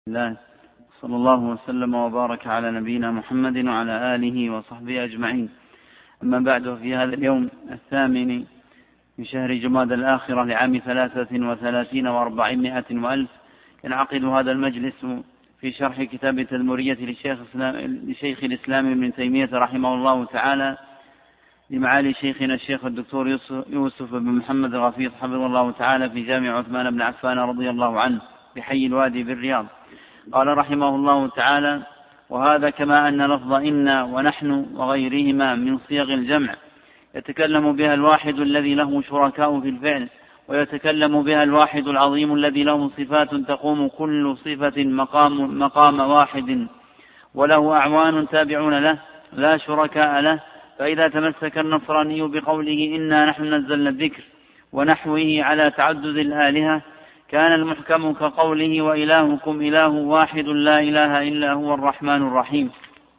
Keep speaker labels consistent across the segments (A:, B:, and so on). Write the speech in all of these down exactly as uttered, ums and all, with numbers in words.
A: الله صلى الله وسلم وبارك على نبينا محمد وعلى آله وصحبه أجمعين. أما بعد، في هذا اليوم الثامن من شهر جماد الآخرة لعام ثلاثة وثلاثين وأربعمائة وألف ينعقد هذا المجلس في شرح كتاب تدمرية لشيخ, لشيخ الإسلام ابن تيمية رحمه الله تعالى لمعالي شيخنا الشيخ الدكتور يوسف بن محمد الغفيظ حفظه الله تعالى في جامع عثمان بن عفان رضي الله عنه بحي الوادي بالرياض. قال رحمه الله تعالى: وهذا كما أن لفظ إن ونحن وغيرهما من صيغ الجمع يتكلم بها الواحد الذي له شركاء في الفعل، ويتكلم بها الواحد العظيم الذي له صفات تقوم كل صفة مقام, مقام واحد، وله أعوان تابعون له لا شركاء له. فإذا تمسك النصراني بقوله إنا نحن نزلنا الذكر ونحوه على تعدد الآلهة كان المحكم كقوله وإلهكم إله واحد لا إله إلا هو الرحمن الرحيم،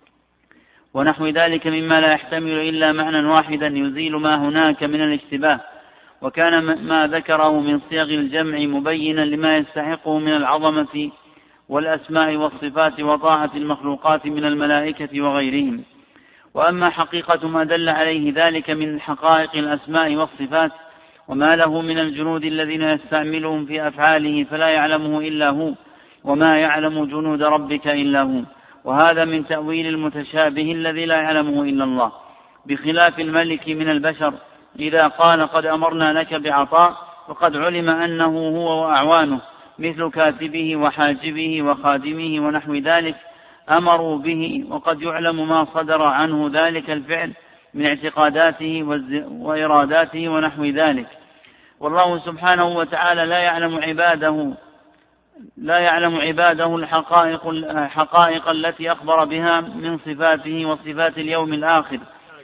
A: ونحو ذلك مما لا يحتمل إلا معنى واحدا يزيل ما هناك من الاشتباه. وكان ما ذكره من صيغ الجمع مبينا لما يستحقه من العظمة والأسماء والصفات وطاعة المخلوقات من الملائكة وغيرهم. وأما حقيقة ما دل عليه ذلك من حقائق الأسماء والصفات وما له من الجنود الذين يستعملهم في أفعاله فلا يعلمه إلا هو، وما يعلم جنود ربك إلا هو، وهذا من تأويل المتشابه الذي لا يعلمه إلا الله، بخلاف الملك من البشر إذا قال قد أمرنا لك بعطاء وقد علم أنه هو وأعوانه مثل كاتبه وحاجبه وخادمه ونحو ذلك أمروا به، وقد يعلم ما صدر عنه ذلك الفعل من اعتقاداته وإراداته ونحو ذلك. والله سبحانه وتعالى لا يعلم عباده لا يعلم عباده الحقائق الحقائق التي أخبر بها من صفاته وصفات اليوم الآخر.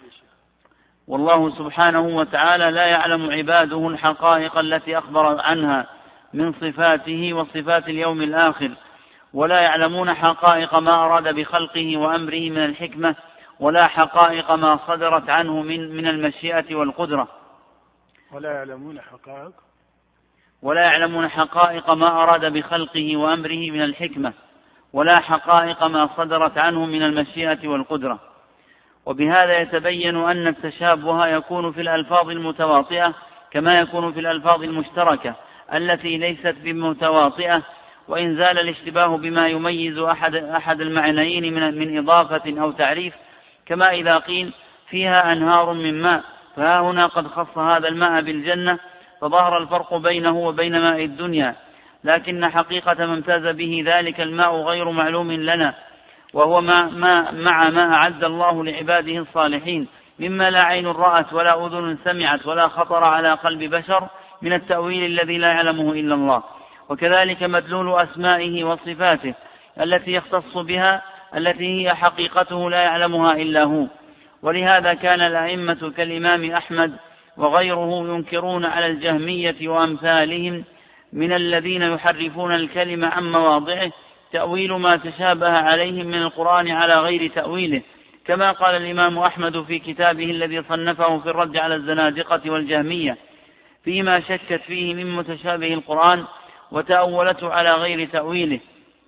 A: والله سبحانه وتعالى لا يعلم عباده الحقائق التي أخبر عنها من صفاته وصفات اليوم الآخر، ولا يعلمون حقائق ما أراد بخلقه وأمره من الحكمة، ولا حقائق ما صدرت عنه من من المشيئة والقدرة.
B: ولا يعلمون حقائق
A: ولا يعلمون حقائق ما أراد بخلقه وأمره من الحكمة، ولا حقائق ما صدرت عنه من المشيئة والقدرة. وبهذا يتبين أن التشابه يكون في الألفاظ المتواطئة كما يكون في الألفاظ المشتركة التي ليست بمتواطئة، وإن زال الاشتباه بما يميز أحد, أحد المعنيين من, من إضافة أو تعريف، كما إذا قيل فيها أنهار من ماء، فها هنا قد خص هذا الماء بالجنة فظهر الفرق بينه وبين ماء الدنيا، لكن حقيقة ما امتاز به ذلك الماء غير معلوم لنا، وهو ما ما مع ما أعد الله لعباده الصالحين مما لا عين رأت ولا أذن سمعت ولا خطر على قلب بشر من التأويل الذي لا يعلمه إلا الله. وكذلك مدلول أسمائه وصفاته التي يختص بها التي هي حقيقته لا يعلمها إلا هو. ولهذا كان الأئمة كالإمام أحمد وغيره ينكرون على الجهمية وأمثالهم من الذين يحرفون الكلمة عن مواضعه تأويل ما تشابه عليهم من القرآن على غير تأويله، كما قال الإمام أحمد في كتابه الذي صنفه في الرد على الزنادقة والجهمية فيما شكت فيه من متشابه القرآن وتأولته على غير تأويله،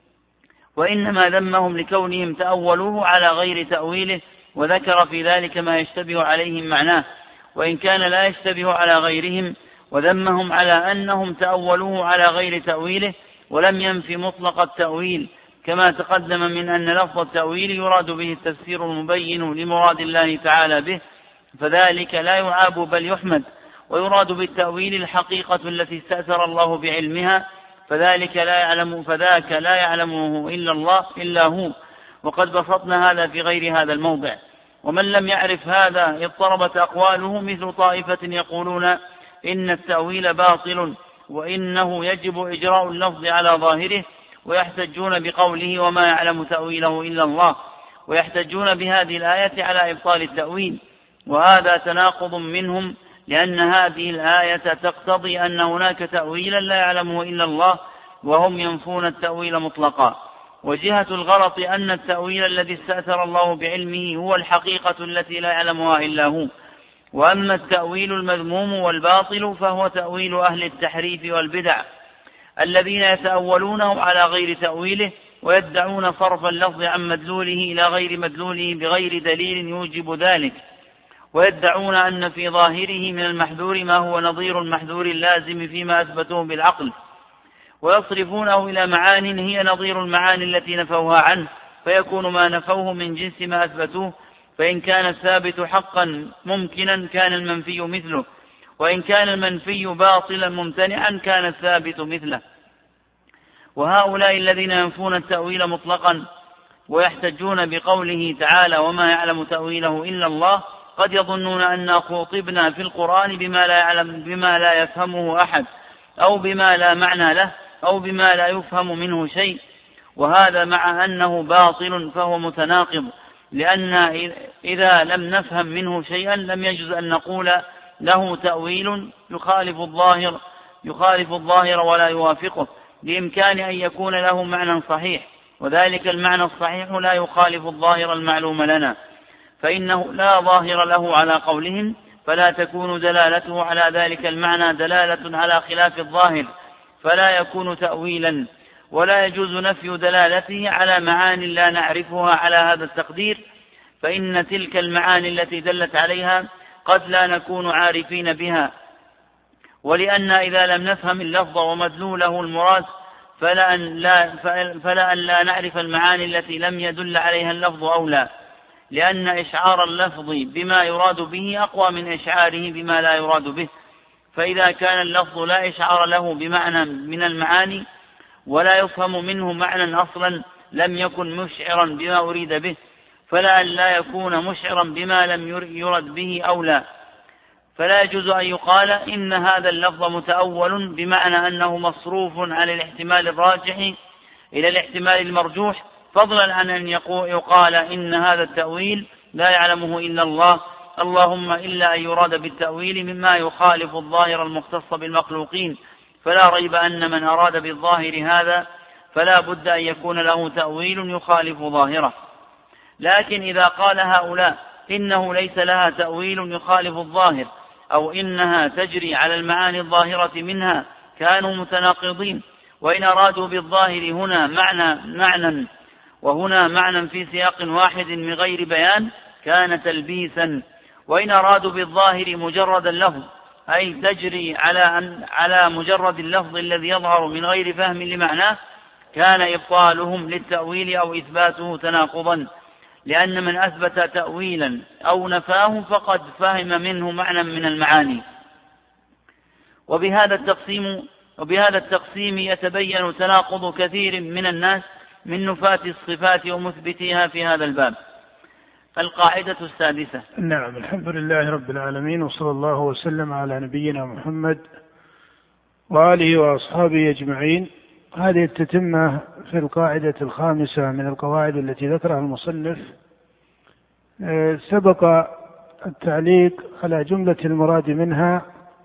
A: وإنما ذمهم لكونهم تأولوه على غير تأويله، وذكر في ذلك ما يشتبه عليهم معناه وإن كان لا يشتبه على غيرهم، وذمهم على أنهم تأولوه على غير تأويله ولم ينفي مطلق التأويل، كما تقدم من أن لفظ التأويل يراد به التفسير المبين لمراد الله تعالى به، فذلك لا يعاب بل يحمد. ويراد بالتأويل الحقيقة التي استأثر الله بعلمها، فذلك لا يعلم فذاك لا يعلمه إلا الله إلا هو، وقد بسطنا هذا في غير هذا الموضع. ومن لم يعرف هذا اضطربت أقواله مثل طائفة يقولون إن التأويل باطل وإنه يجب إجراء اللفظ على ظاهره، ويحتجون بقوله وما يعلم تأويله إلا الله، ويحتجون بهذه الآية على إبطال التأويل، وهذا تناقض منهم، لأن هذه الآية تقتضي أن هناك تأويلا لا يعلمه إلا الله، وهم ينفون التأويل مطلقا. وجهة الغلط أن التأويل الذي استأثر الله بعلمه هو الحقيقة التي لا يعلمها إلا هو، وأما التأويل المذموم والباطل فهو تأويل أهل التحريف والبدع. الذين يتأولونه على غير تأويله ويدعون صرف اللفظ عن مدلوله إلى غير مدلوله بغير دليل يوجب ذلك، ويدعون أن في ظاهره من المحذور ما هو نظير المحذور اللازم فيما أثبتوه بالعقل، ويصرفونه إلى معان هي نظير المعاني التي نفوها عنه، فيكون ما نفوه من جنس ما أثبتوه، فإن كان الثابت حقا ممكنا كان المنفي مثله، وإن كان المنفي باطلا ممتنعا كان الثابت مثله. وهؤلاء الذين ينفون التأويل مطلقا ويحتجون بقوله تعالى وما يعلم تأويله إلا الله قد يظنون أن خاطبنا في القرآن بما لا يعلم بما لا يفهمه أحد، أو بما لا معنى له، أو بما لا يفهم منه شيء، وهذا مع أنه باطل فهو متناقض، لأن إذا لم نفهم منه شيئا لم يجوز أن نقول له تأويل يخالف الظاهر يخالف الظاهر ولا يوافقه، بإمكان أن يكون له معنى صحيح، وذلك المعنى الصحيح لا يخالف الظاهر المعلوم لنا، فإنه لا ظاهر له على قولهم، فلا تكون دلالته على ذلك المعنى دلالة على خلاف الظاهر، فلا يكون تأويلا، ولا يجوز نفي دلالته على معاني لا نعرفها على هذا التقدير، فإن تلك المعاني التي دلت عليها قد لا نكون عارفين بها، ولأن إذا لم نفهم اللفظ ومدلوله المراد فلأن لا, فلأن لا نعرف المعاني التي لم يدل عليها اللفظ أولى، لأن إشعار اللفظ بما يراد به أقوى من إشعاره بما لا يراد به، فإذا كان اللفظ لا إشعار له بمعنى من المعاني ولا يفهم منه معنى أصلا لم يكن مشعرا بما أريد به، فلأن لا يكون مشعرا بما لم يرد به أولى، فلا يجوز أن يقال إن هذا اللفظ متأول بمعنى أنه مصروف عن الاحتمال الراجح إلى الاحتمال المرجوح، فضلا عن أن يقال إن هذا التأويل لا يعلمه إلا الله، اللهم إلا أن يراد بالتأويل مما يخالف الظاهر المختص بالمخلوقين، فلا ريب أن من أراد بالظاهر هذا فلا بد أن يكون له تأويل يخالف ظاهره. لكن إذا قال هؤلاء إنه ليس لها تأويل يخالف الظاهر، أو إنها تجري على المعاني الظاهرة منها، كانوا متناقضين، وإن أرادوا بالظاهر هنا معنى معنى وهنا معنى في سياق واحد من غير بيان كان تلبيسا، وإن أرادوا بالظاهر مجرد اللفظ أي تجري على على مجرد اللفظ الذي يظهر من غير فهم لمعناه كان إبطالهم للتأويل أو إثباته تناقضا، لأن من أثبت تأويلا أو نفاه فقد فهم منه معنى من المعاني. وبهذا التقسيم وبهذا التقسيم يتبين تناقض كثير من الناس من نفاة الصفات ومثبتيها في هذا الباب. القاعدة السادسة.
B: نعم، الحمد لله رب العالمين، وصلى الله وسلم على نبينا محمد وآله وأصحابه أجمعين. هذه التتمة في القاعدة الخامسة من القواعد التي ذكرها المصنف. سبق التعليق على جملة المراد منها،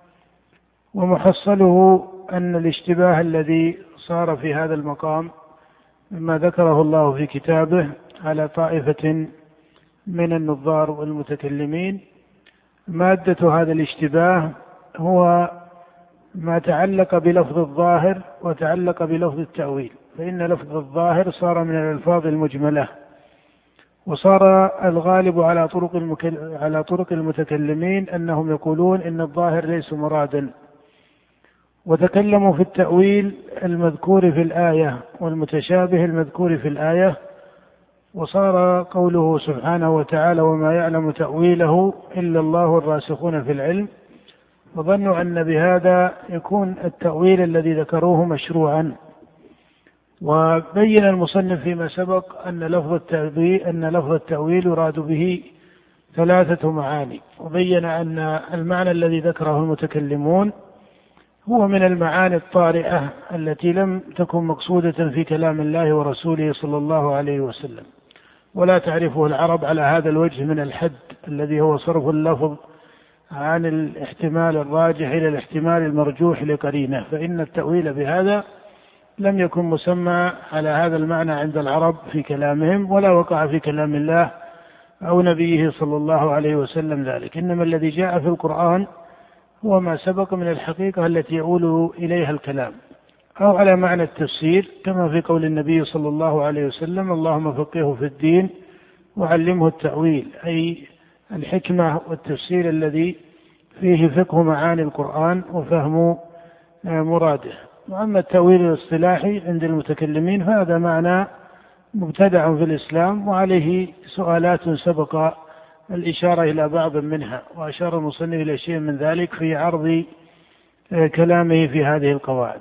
B: ومحصله أن الاشتباه الذي صار في هذا المقام مما ذكره الله في كتابه على طائفة من النظار والمتكلمين، مادة هذا الاشتباه هو ما تعلق بلفظ الظاهر وتعلق بلفظ التأويل، فإن لفظ الظاهر صار من الألفاظ المجملة، وصار الغالب على طرق المكل... على طرق المتكلمين أنهم يقولون إن الظاهر ليس مرادا، وتكلموا في التأويل المذكور في الآية والمتشابه المذكور في الآية، وصار قوله سبحانه وتعالى وما يعلم تأويله إلا الله الراسخون في العلم، وظنوا أن بهذا يكون التأويل الذي ذكروه مشروعا. وبين المصنف فيما سبق أن لفظ التأويل أن لفظ التأويل يراد به ثلاثة معاني، وبين أن المعنى الذي ذكره المتكلمون هو من المعاني الطارئة التي لم تكن مقصودة في كلام الله ورسوله صلى الله عليه وسلم، ولا تعرفه العرب على هذا الوجه من الحد الذي هو صرف اللفظ عن الاحتمال الراجح إلى الاحتمال المرجوح لقرينه، فإن التأويل بهذا لم يكن مسمى على هذا المعنى عند العرب في كلامهم، ولا وقع في كلام الله أو نبيه صلى الله عليه وسلم ذلك، إنما الذي جاء في القرآن هو ما سبق من الحقيقة التي يؤول إليها الكلام، أو على معنى التفسير كما في قول النبي صلى الله عليه وسلم اللهم فقهه في الدين وعلمه التأويل، أي الحكمة والتفسير الذي فيه فقه معاني القرآن وفهم مراده. وأما التأويل الاصطلاحي عند المتكلمين فهذا معنى مبتدع في الإسلام، وعليه سؤالات سبق الإشارة إلى بعض منها، وأشار المصنف إلى شيء من ذلك في عرض كلامه في هذه القواعد.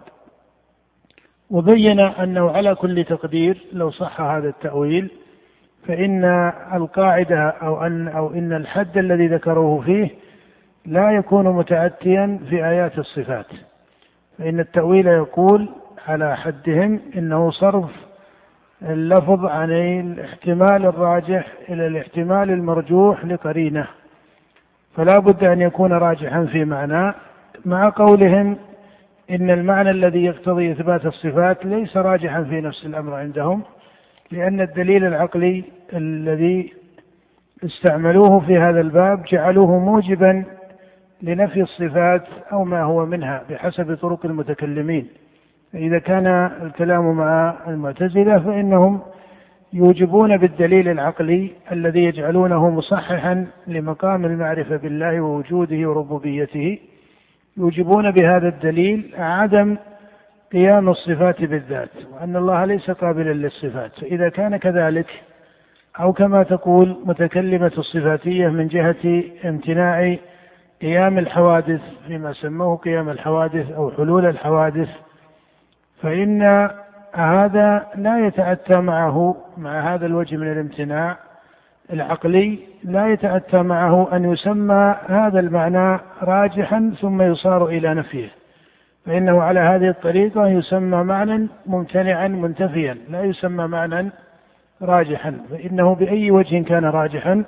B: وبين أنه على كل تقدير لو صح هذا التأويل فإن القاعدة أو أن أو إن الحد الذي ذكروه فيه لا يكون متأتيا في آيات الصفات، فإن التأويل يقول على حدهم إنه صرف اللفظ عن الاحتمال الراجح إلى الاحتمال المرجوح لقرينة، فلا بد أن يكون راجحا في معناه، مع قولهم إن المعنى الذي يقتضي إثبات الصفات ليس راجحا في نفس الأمر عندهم، لأن الدليل العقلي الذي استعملوه في هذا الباب جعلوه موجبا لنفي الصفات أو ما هو منها بحسب طرق المتكلمين. فإذا كان الكلام مع المعتزلة فإنهم يوجبون بالدليل العقلي الذي يجعلونه مصححا لمقام المعرفة بالله ووجوده وربوبيته، يوجبون بهذا الدليل عدم قيام الصفات بالذات، وأن الله ليس قابلا للصفات. فإذا كان كذلك أو كما تقول متكلمة الصفاتية من جهة امتناع قيام الحوادث فيما سموه قيام الحوادث أو حلول الحوادث، فإن هذا لا يتأتى معه مع هذا الوجه من الامتناع العقلي لا يتأتى معه أن يسمى هذا المعنى راجحا ثم يصار إلى نفيه، فإنه على هذه الطريقة يسمى معنى ممتنعا منتفيا لا يسمى معنى راجحا، فإنه بأي وجه كان راجحا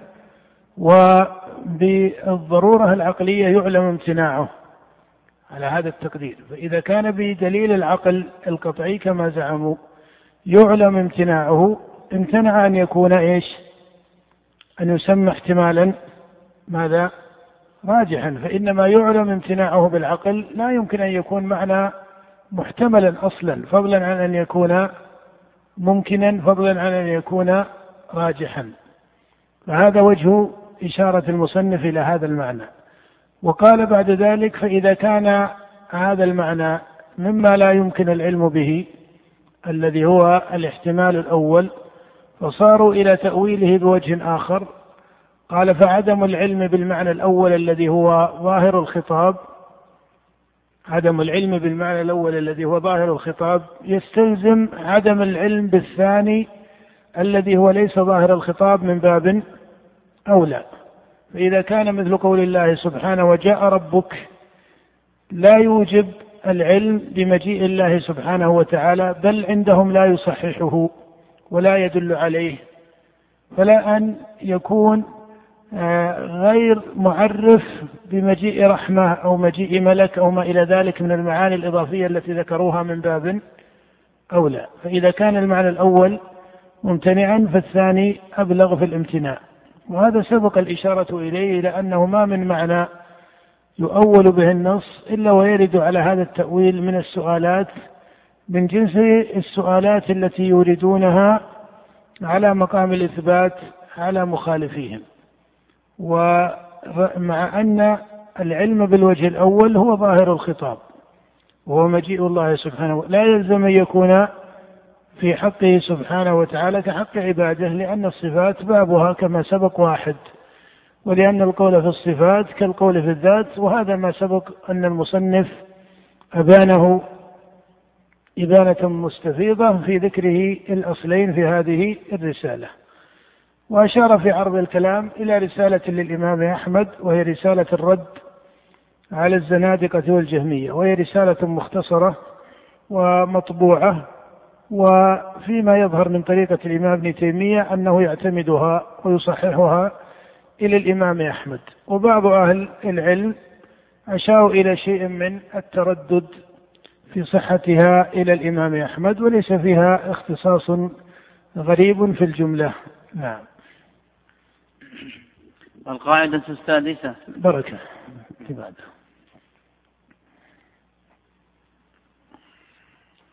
B: وبالضرورة العقلية يعلم امتناعه على هذا التقدير. فإذا كان بدليل العقل القطعي كما زعموا يعلم امتناعه امتنع أن يكون إيش؟ أن يسمى احتمالا ماذا؟ راجحا، فإنما يعلم امتناعه بالعقل لا يمكن أن يكون معنى محتملا أصلا، فضلا عن أن يكون ممكنا، فضلا عن أن يكون راجحا. فهذا وجه إشارة المصنف إلى هذا المعنى. وقال بعد ذلك فإذا كان هذا المعنى مما لا يمكن العلم به الذي هو الاحتمال الأول فصاروا إلى تأويله بوجه آخر، قال فعدم العلم بالمعنى الأول الذي هو ظاهر الخطاب عدم العلم بالمعنى الأول الذي هو ظاهر الخطاب يستلزم عدم العلم بالثاني الذي هو ليس ظاهر الخطاب من باب أولى. فإذا كان مثل قول الله سبحانه وجاء ربك لا يوجب العلم بمجيء الله سبحانه وتعالى، بل عندهم لا يصححه ولا يدل عليه، فلا أن يكون غير معرف بمجيء رحمة أو مجيء ملك أو ما إلى ذلك من المعاني الإضافية التي ذكروها من باب أولى. فإذا كان المعنى الأول ممتنعا فالثاني أبلغ في الامتناع، وهذا سبق الإشارة إليه إلى أنه ما من معنى يؤول به النص إلا ويرد على هذا التأويل من السؤالات من جنس السؤالات التي يوردونها على مقام الإثبات على مخالفيهم. ومع أن العلم بالوجه الأول هو ظاهر الخطاب وهو مجيء الله سبحانه، لا يلزم أن يكون في حقه سبحانه وتعالى كحق عباده، لأن الصفات بابها كما سبق واحد، ولأن القول في الصفات كالقول في الذات، وهذا ما سبق أن المصنف أبانه إبانة مستفيضة في ذكره الأصلين في هذه الرسالة. وأشار في عرض الكلام إلى رسالة للإمام أحمد وهي رسالة الرد على الزنادقة والجهمية، وهي رسالة مختصرة ومطبوعة، وفيما يظهر من طريقة الإمام ابن تيمية أنه يعتمدها ويصححها إلى الإمام أحمد. وبعض أهل العلم أشاروا إلى شيء من التردد في صحتها إلى الإمام أحمد، وليس فيها اختصاص غريب في الجملة. نعم.
A: القاعدة السادسة
B: بركة بعد.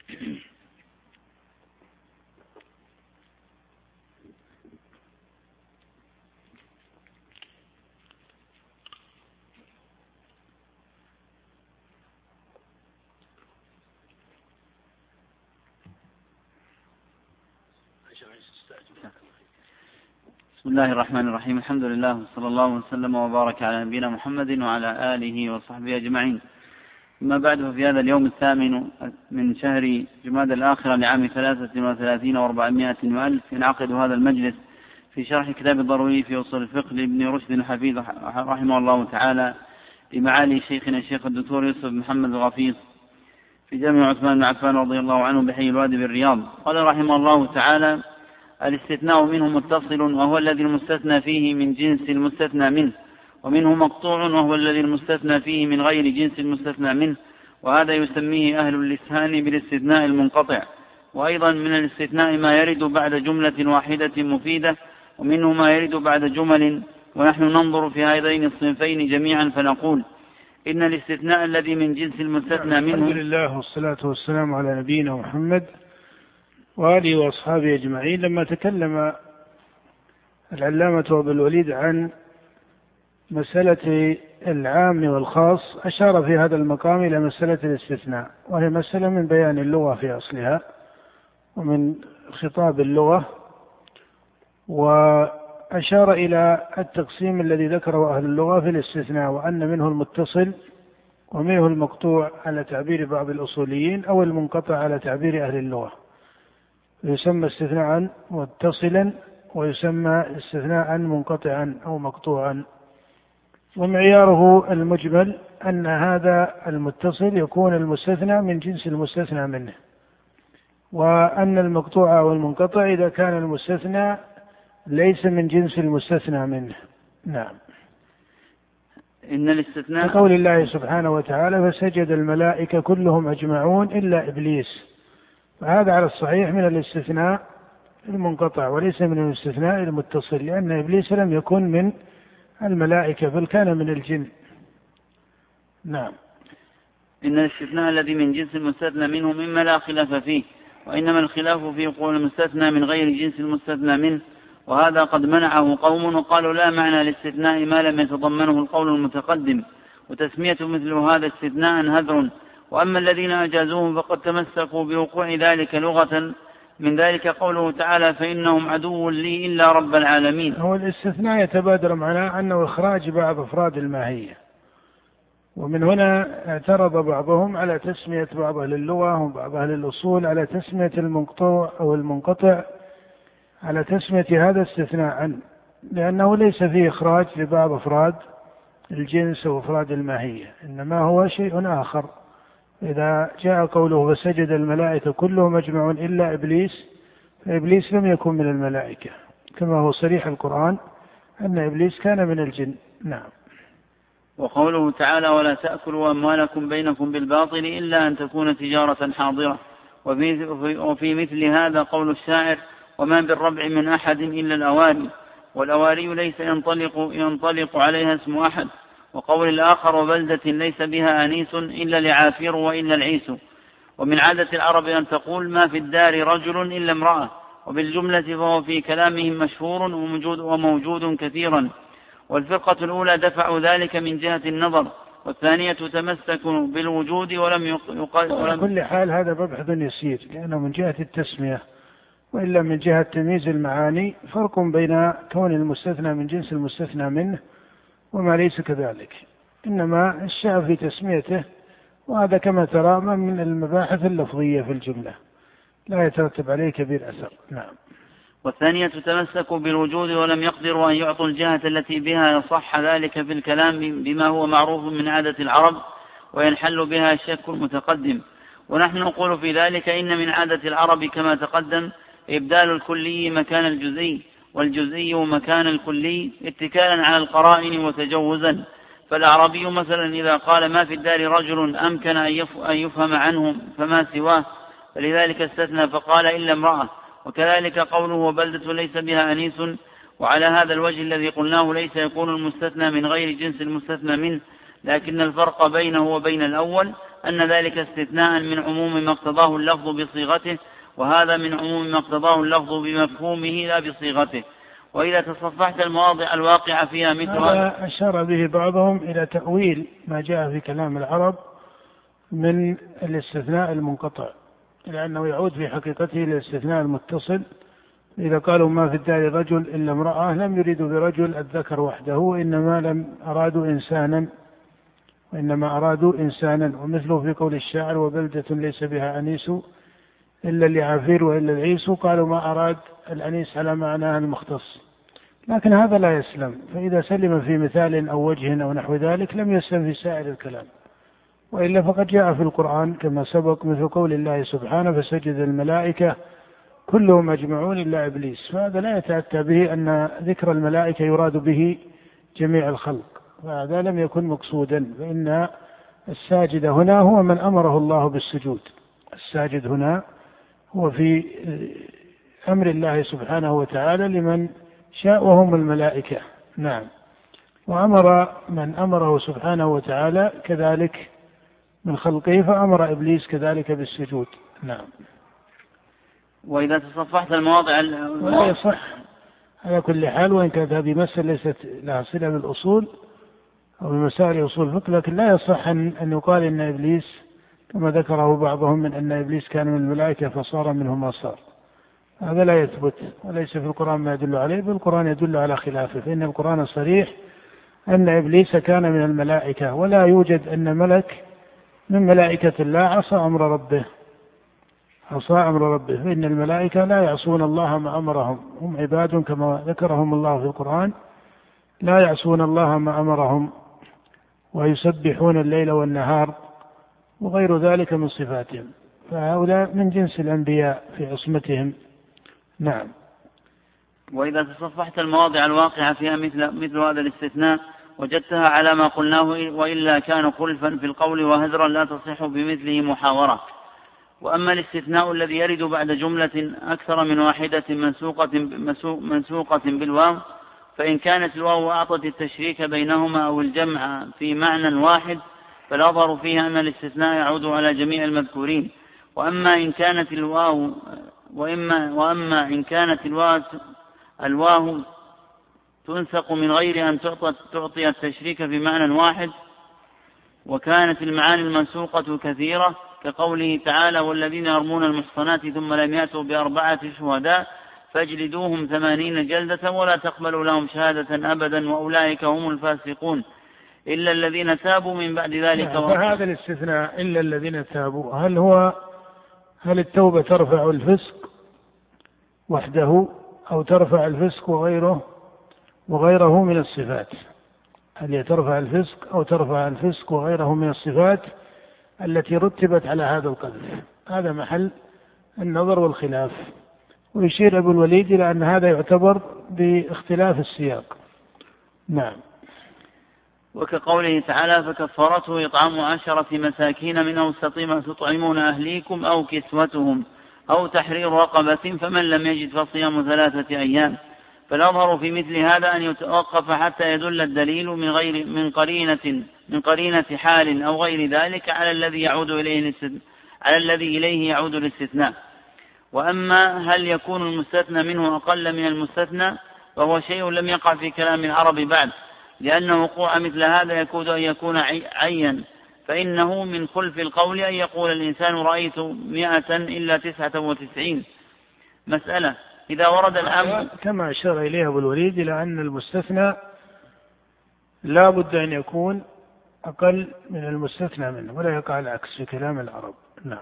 A: بسم الله الرحمن الرحيم. الحمد لله وصلى الله وسلم وبارك على نبينا محمد وعلى آله وصحبه أجمعين. أما بعد، ففي هذا اليوم الثامن من شهر جماد الآخرة لعام ثلاثة وثلاثين وأربعمائة وألف ينعقد هذا المجلس في شرح كتاب الضروري في أصول الفقه لابن رشد الحفيظ رحمه الله تعالى لمعالي شيخنا الشيخ الدكتور يوسف محمد الغفيص في جامع عثمان بن عفان رضي الله عنه بحي الوادي بالرياض. قال رحمه الله تعالى: الاستثناء منه متصل وهو الذي المستثنى فيه من جنس المستثنى منه، ومنه مقطوع وهو الذي المستثنى فيه من غير جنس المستثنى منه، وهذا يسميه أهل اللسان بالاستثناء المنقطع. وأيضا من الاستثناء ما يرد بعد جملة واحدة مفيدة، ومنه ما يرد بعد جمل. ونحن ننظر في هذين الصنفين جميعا فنقول إن الاستثناء الذي من جنس المستثنى منه.
B: الحمد لله والصلاة والسلام على نبينا محمد وآله وأصحابه أجمعين. لما تكلم العلامة أبو الوليد عن مسألة العام والخاص أشار في هذا المقام إلى مسألة الاستثناء، وهي مسألة من بيان اللغة في أصلها ومن خطاب اللغة، وأشار إلى التقسيم الذي ذكره أهل اللغة في الاستثناء، وأن منه المتصل ومنه المقطوع على تعبير بعض الأصوليين، أو المنقطع على تعبير أهل اللغة. يسمى استثناء متصلا ويسمى استثناء منقطعا أو مقطوعا. ومعياره المجمل أن هذا المتصل يكون المستثنى من جنس المستثنى منه، وأن المقطوع والمنقطع إذا كان المستثنى ليس من جنس المستثنى منه. نعم.
A: إن الاستثناء
B: قول الله سبحانه وتعالى: فسجد الملائكة كلهم أجمعون إلا إبليس. فهذا على الصحيح من الاستثناء المنقطع وليس من الاستثناء المتصل، لأن إبليس لم يكن من الملائكة بل كان من الجن. نعم.
A: إن الاستثناء الذي من جنس المستثنى منه مما لا خلاف فيه، وإنما الخلاف في قول المستثنى من غير جنس المستثنى منه، وهذا قد منعه قوم وقالوا لا معنى لاستثناء ما لم يتضمنه القول المتقدم، وتسمية مثل هذا استثناء هذر. وأما الذين أجازوه فقد تمسكوا بوقوع ذلك لغة، من ذلك قوله تعالى: فإنهم عدو لي إلا رب العالمين.
B: هو الاستثناء يتبادر معناه أنه إخراج بعض أفراد الماهية، ومن هنا اعترض بعضهم على تسمية بعض أهل اللغة وبعض أهل الأصول على تسمية المقطوع أو المنقطع على تسمية هذا استثناء، لأنه ليس فيه إخراج لبعض أفراد الجنس وأفراد الماهية، إنما هو شيء آخر. إذا جاء قوله: فسجد الملائكة كلهم أجمعون إلا إبليس، فإبليس لم يكن من الملائكة، كما هو صريح القرآن أن إبليس كان من الجن. نعم.
A: وقوله تعالى: ولا تأكلوا أموالكم بينكم بالباطل إلا أن تكون تجارة حاضرة. وفي مثل هذا قول الشاعر: وما بالربع من أحد إلا الأواري، والأواري ليس ينطلق, ينطلق عليها اسم أحد. وقول الآخر: وبلدة ليس بها أنيس إلا العافير وإلا العيس. ومن عادة العرب أن تقول: ما في الدار رجل إلا امرأة. وبالجملة فهو في كلامهم مشهور وموجود, وموجود كثيرا. والفرقة الأولى دفعوا ذلك من جهة النظر، والثانية تمسك بالوجود ولم يقل.
B: على كل حال هذا مبحث يسير، لأنه من جهة التسمية، وإلا من جهة تمييز المعاني فرق بين كون المستثنى من جنس المستثنى منه وما ليس كذلك، إنما الشعب في تسميته، وهذا كما ترى من المباحث اللفظية في الجملة لا يترتب عليه كبير أثر. نعم.
A: والثانية تتمسك بالوجود ولم يقدروا أن يعطوا الجهة التي بها يصح ذلك في الكلام بما هو معروف من عادة العرب وينحل بها الشك المتقدم. ونحن نقول في ذلك: إن من عادة العرب كما تقدم إبدال الكلي مكان الجزئي، والجزئي مكان الكلي، اتكالا على القرائن وتجوزا. فالأعرابي مثلا إذا قال: ما في الدار رجل أمكن أن يفهم عنه فما سواه، فلذلك استثنى فقال: إلا امرأة. وكذلك قوله: وبلدة ليس بها أنيس. وعلى هذا الوجه الذي قلناه ليس يكون المستثنى من غير جنس المستثنى منه، لكن الفرق بينه وبين الأول أن ذلك استثناء من عموم ما اقتضاه اللفظ بصيغته، وهذا من عموم ما اقتضاه اللفظ بمفهومه لا بصيغته. وإذا تصفحت المواضع الواقعة فيها مثل
B: هذا أشار به بعضهم إلى تأويل ما جاء في كلام العرب من الاستثناء المنقطع، لأنه يعود في حقيقته إلى الاستثناء المتصل. إذا قالوا ما في الدار رجل إلا امرأة لم يريدوا برجل الذكر وحده، وإنما لم أرادوا إنسانا وإنما أرادوا إنسانا. ومثله في قول الشاعر وبلدة ليس بها أنيس إلا اليعافير وإلا العيس، قالوا ما أراد الأنيس على معناه المختص، لكن هذا لا يسلم. فإذا سلم في مثال أو وجه أو نحو ذلك لم يسلم في سائر الكلام. وإلا فقد جاء في القرآن كما سبق مثل قول الله سبحانه فسجد الملائكة كلهم أجمعون إلا إبليس، فهذا لا يتأتى به أن ذكر الملائكة يراد به جميع الخلق، فهذا لم يكن مقصودا. فإن الساجد هنا هو من أمره الله بالسجود، الساجد هنا هو في أمر الله سبحانه وتعالى لمن شاء وهم الملائكة. نعم. وأمر من أمره سبحانه وتعالى كذلك من خلقه، فأمر إبليس كذلك بالسجود. نعم.
A: وإذا تصفحت المواضع
B: ولا يصح على كل حال، وإن كانت هذه مسألة ليست لها صلة بالأصول أو بمسائل أصول الفقه، لكن لا يصح أن يقال إن إبليس كما ذكره بعضهم من أن إبليس كان من الملائكة فصار منهم ما صار. هذا لا يثبت، وليس في القرآن ما يدل عليه، بل القرآن يدل على خلافه. فإن القرآن صريح أن إبليس كان من الملائكة، ولا يوجد أن ملك من ملائكة الله عصى أمر ربه عصى أمر ربه فإن الملائكة لا يعصون الله ما أمرهم، هم عباد كما ذكرهم الله في القرآن، لا يعصون الله ما أمرهم ويسبحون الليل والنهار وغير ذلك من صفاتهم، فهؤلاء من جنس الأنبياء في عصمتهم. نعم.
A: وإذا تصفحت المواضع الواقعة فيها مثل, مثل هذا الاستثناء وجدتها على ما قلناه، وإلا كان خلفا في القول وهذرا لا تصح بمثله محاورة. وأما الاستثناء الذي يرد بعد جملة أكثر من واحدة منسوقة, منسوقة بالواو، فإن كانت الواو أعطت التشريك بينهما أو الجمع في معنى واحد فالأظهر فيها أن الاستثناء يعود على جميع المذكورين. وأما إن كانت الواو وإما وأما إن كانت الواو الواو تنسق من غير أن تعطي, تعطي التشريك في معنى واحد، وكانت المعاني المنسوقة كثيرة كقوله تعالى والذين يرمون المحصنات ثم لم يأتوا بأربعة شهداء فاجلدوهم ثمانين جلدة ولا تقبلوا لهم شهادة أبدا وأولئك هم الفاسقون إلا الذين تابوا من بعد ذلك.
B: فهذا الاستثناء إلا الذين تابوا، هل هو هل التوبة ترفع الفسق وحده أو ترفع الفسق وغيره وغيره من الصفات؟ هل ترفع الفسق أو ترفع الفسق وغيره من الصفات التي رتبت على هذا القذف؟ هذا محل النظر والخلاف. ويشير أبو الوليد إلى أن هذا يعتبر باختلاف السياق. نعم.
A: وكقوله تعالى فكفرته إطعام عشرة مساكين من أوسط ما تطعمون أهليكم أو كسوتهم أو تحرير رقبة فمن لم يجد فصيام ثلاثة أيام. فالأظهر في مثل هذا أن يتوقف حتى يدل الدليل من غير من قرينة من قرينة حال أو غير ذلك على الذي يعود إليه على الذي إليه يعود الاستثناء. وأما هل يكون المستثنى منه أقل من المستثنى فهو شيء لم يقع في كلام العرب بعد، لأن وقوع مثل هذا يكون أن يكون عين، فإنه من خلف القول أن يقول الإنسان رأيت مئة إلا تسعة وتسعين. مسألة إذا ورد الأمر
B: كما أشار إليه أبو الوليد إلى أن المستثنى لا بد أن يكون أقل من المستثنى منه ولا يقع العكس في كلام العرب. نعم.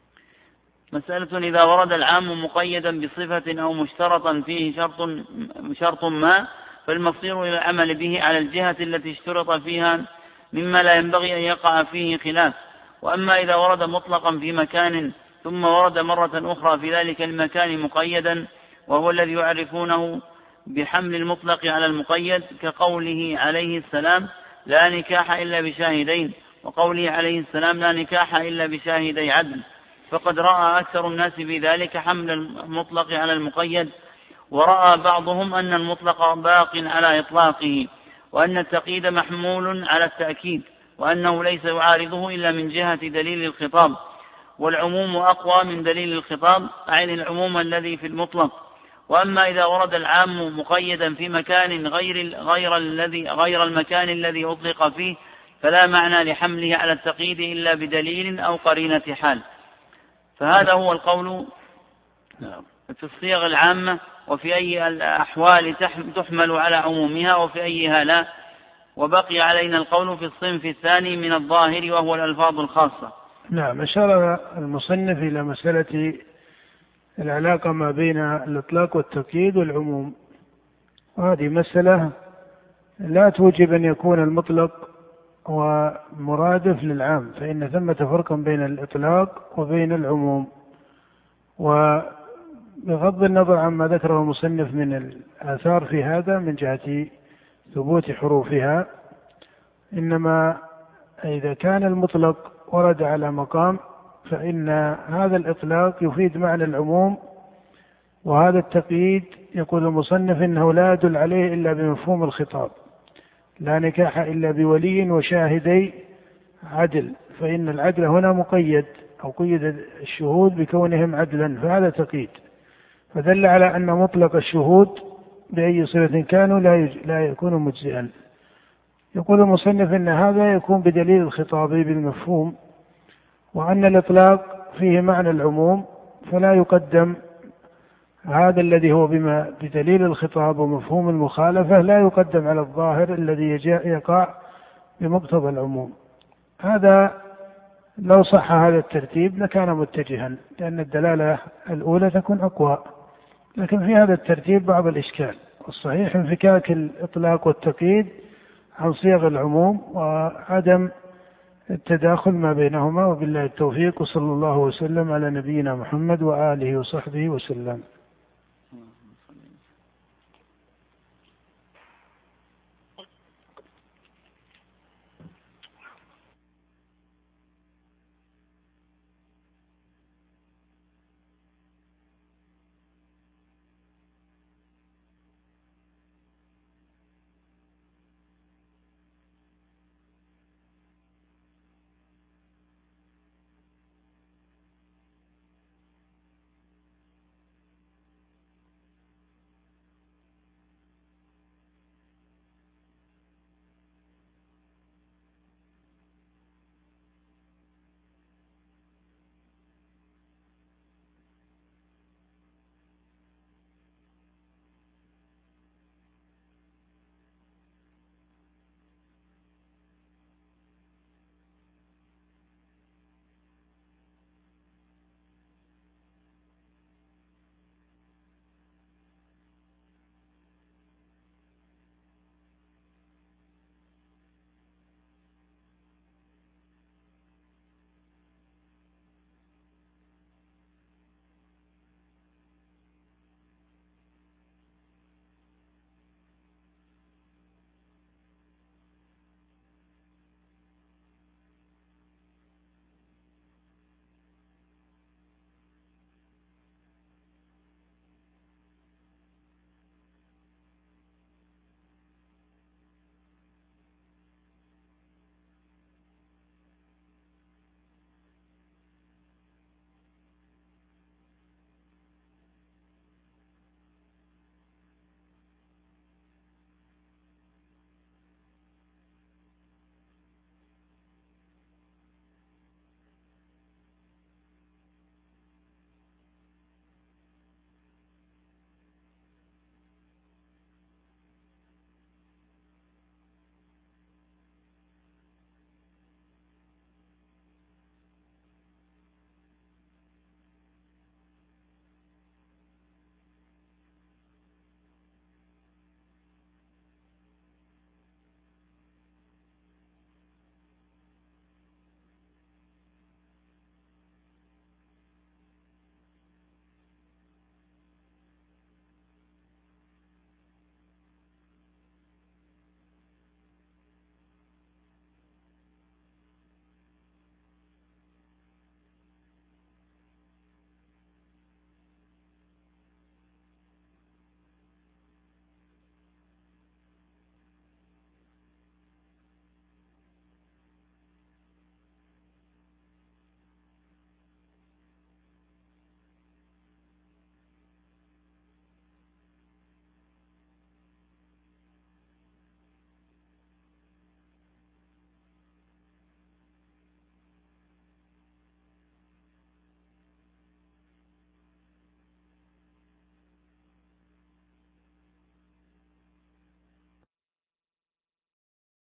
A: مسألة إذا ورد العام مقيدا بصفة أو مشترطا فيه شرط, شرط ما فالمصير إلى العمل به على الجهة التي اشترط فيها مما لا ينبغي أن يقع فيه خلاف. وأما إذا ورد مطلقا في مكان ثم ورد مرة أخرى في ذلك المكان مقيدا وهو الذي يعرفونه بحمل المطلق على المقيد كقوله عليه السلام لا نكاح إلا بشاهدين وقوله عليه السلام لا نكاح إلا بشاهدي عدل، فقد رأى أكثر الناس بذلك حمل المطلق على المقيد، ورأى بعضهم أن المطلق باق على إطلاقه وأن التقييد محمول على التأكيد، وأنه ليس يعارضه إلا من جهة دليل الخطاب، والعموم أقوى من دليل الخطاب، أعني العموم الذي في المطلق. وأما إذا ورد العام مقيدا في مكان غير غير الذي غير المكان الذي أطلق فيه فلا معنى لحمله على التقييد إلا بدليل أو قرينة حال. فهذا هو القول في الصيغ العامة، وفي أي الأحوال تحمل على عمومها وفي أيها لا. وبقي علينا القول في الصنف الثاني من الظاهر وهو الألفاظ الخاصة.
B: نعم، أشار المصنف إلى مسألة العلاقة ما بين الإطلاق والتقييد والعموم، وهذه مسألة لا توجب أن يكون المطلق ومرادف للعام، فإن ثمة فرقا بين الإطلاق وبين العموم. وبغض النظر عما ذكره المصنف من الآثار في هذا من جهة ثبوت حروفها، إنما إذا كان المطلق ورد على مقام فإن هذا الإطلاق يفيد معنى العموم، وهذا التقييد يقول المصنف إنه لا يدل عليه إلا بمفهوم الخطاب، لا نكاح إلا بولي وشاهدي عدل، فإن العدل هنا مقيد أو قيد الشهود بكونهم عدلا، فهذا تقييد، فدل على أن مطلق الشهود بأي صفة كانوا لا, لا يكون مجزئا. يقول المصنف إن هذا يكون بدليل الخطاب بالمفهوم، وأن الإطلاق فيه معنى العموم، فلا يقدم هذا الذي هو بما بدليل الخطاب ومفهوم المخالفة لا يقدم على الظاهر الذي يقع بمقتضى العموم. هذا لو صح هذا الترتيب لكان متجها، لأن الدلالة الأولى تكون أقوى، لكن في هذا الترتيب بعض الإشكال، والصحيح انفكاك الإطلاق والتقييد عن صيغ العموم وعدم التداخل ما بينهما. وبالله التوفيق، وصلى الله وسلم على نبينا محمد وآله وصحبه وسلم.